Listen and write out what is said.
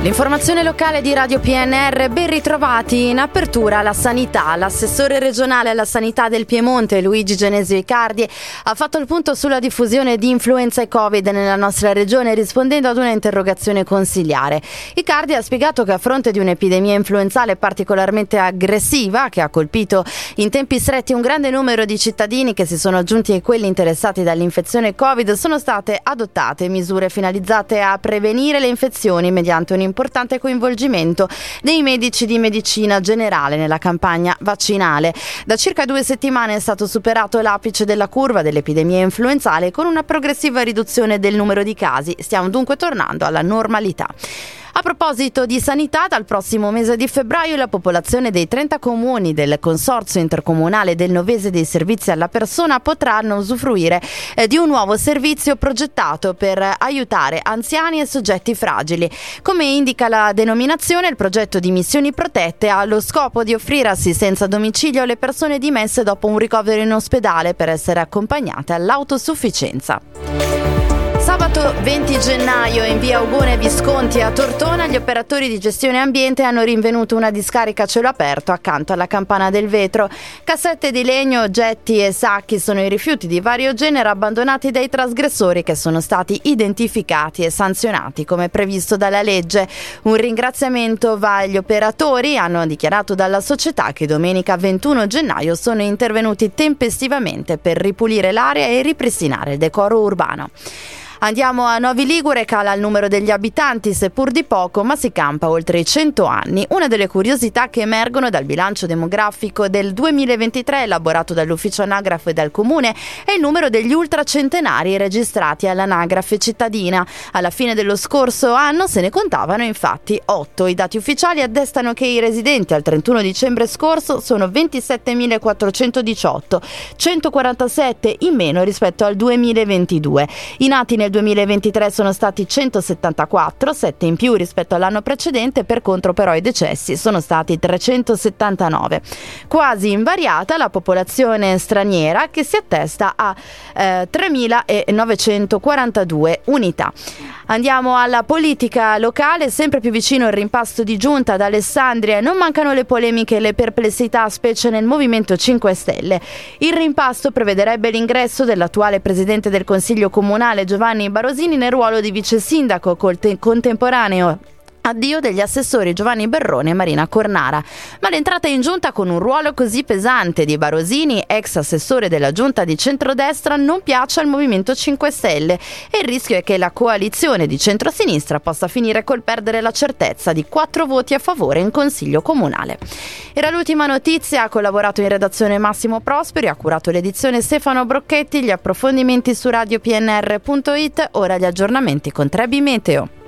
L'informazione locale di Radio PNR, ben ritrovati. In apertura la sanità. L'assessore regionale alla sanità del Piemonte, Luigi Genesio Icardi, ha fatto il punto sulla diffusione di influenza e Covid nella nostra regione rispondendo ad una interrogazione consiliare. Icardi ha spiegato che a fronte di un'epidemia influenzale particolarmente aggressiva che ha colpito in tempi stretti un grande numero di cittadini che si sono aggiunti ai quelli interessati dall'infezione Covid, sono state adottate misure finalizzate a prevenire le infezioni mediante un importante coinvolgimento dei medici di medicina generale nella campagna vaccinale. Da circa 2 settimane è stato superato l'apice della curva dell'epidemia influenzale con una progressiva riduzione del numero di casi. Stiamo dunque tornando alla normalità. A proposito di sanità, dal prossimo mese di febbraio la popolazione dei 30 comuni del Consorzio Intercomunale del Novese dei Servizi alla Persona potranno usufruire di un nuovo servizio progettato per aiutare anziani e soggetti fragili. Come indica la denominazione, il progetto di Missioni Protette ha lo scopo di offrire assistenza a domicilio alle persone dimesse dopo un ricovero in ospedale per essere accompagnate all'autosufficienza. Sabato 20 gennaio in via Ugone Visconti a Tortona gli operatori di gestione ambiente hanno rinvenuto una discarica a cielo aperto accanto alla campana del vetro. Cassette di legno, oggetti e sacchi sono i rifiuti di vario genere abbandonati dai trasgressori che sono stati identificati e sanzionati come previsto dalla legge. Un ringraziamento va agli operatori, hanno dichiarato dalla società che domenica 21 gennaio sono intervenuti tempestivamente per ripulire l'area e ripristinare il decoro urbano. Andiamo a Novi Ligure, cala il numero degli abitanti, seppur di poco, ma si campa oltre i 100 anni. Una delle curiosità che emergono dal bilancio demografico del 2023 elaborato dall'Ufficio Anagrafe e dal Comune è il numero degli ultracentenari registrati all'Anagrafe cittadina. Alla fine dello scorso anno se ne contavano infatti 8. I dati ufficiali attestano che i residenti al 31 dicembre scorso sono 27.418, 147 in meno rispetto al 2022. I nati nel 2023 sono stati 174, 7 in più rispetto all'anno precedente, per contro però i decessi sono stati 379. Quasi invariata la popolazione straniera che si attesta a 3.942 unità. Andiamo alla politica locale, sempre più vicino il rimpasto di giunta ad Alessandria e non mancano le polemiche e le perplessità, specie nel Movimento 5 Stelle. Il rimpasto prevederebbe l'ingresso dell'attuale presidente del Consiglio Comunale Giovanni Barosini nel ruolo di vice sindaco col contemporaneo addio degli assessori Giovanni Berrone e Marina Cornara. Ma l'entrata in giunta con un ruolo così pesante di Barosini, ex assessore della giunta di centrodestra, non piace al Movimento 5 Stelle e il rischio è che la coalizione di centrosinistra possa finire col perdere la certezza di 4 voti a favore in Consiglio Comunale. Era l'ultima notizia, ha collaborato in redazione Massimo Prosperi, ha curato l'edizione Stefano Brocchetti, gli approfondimenti su radiopnr.it, ora gli aggiornamenti con Trebi Meteo.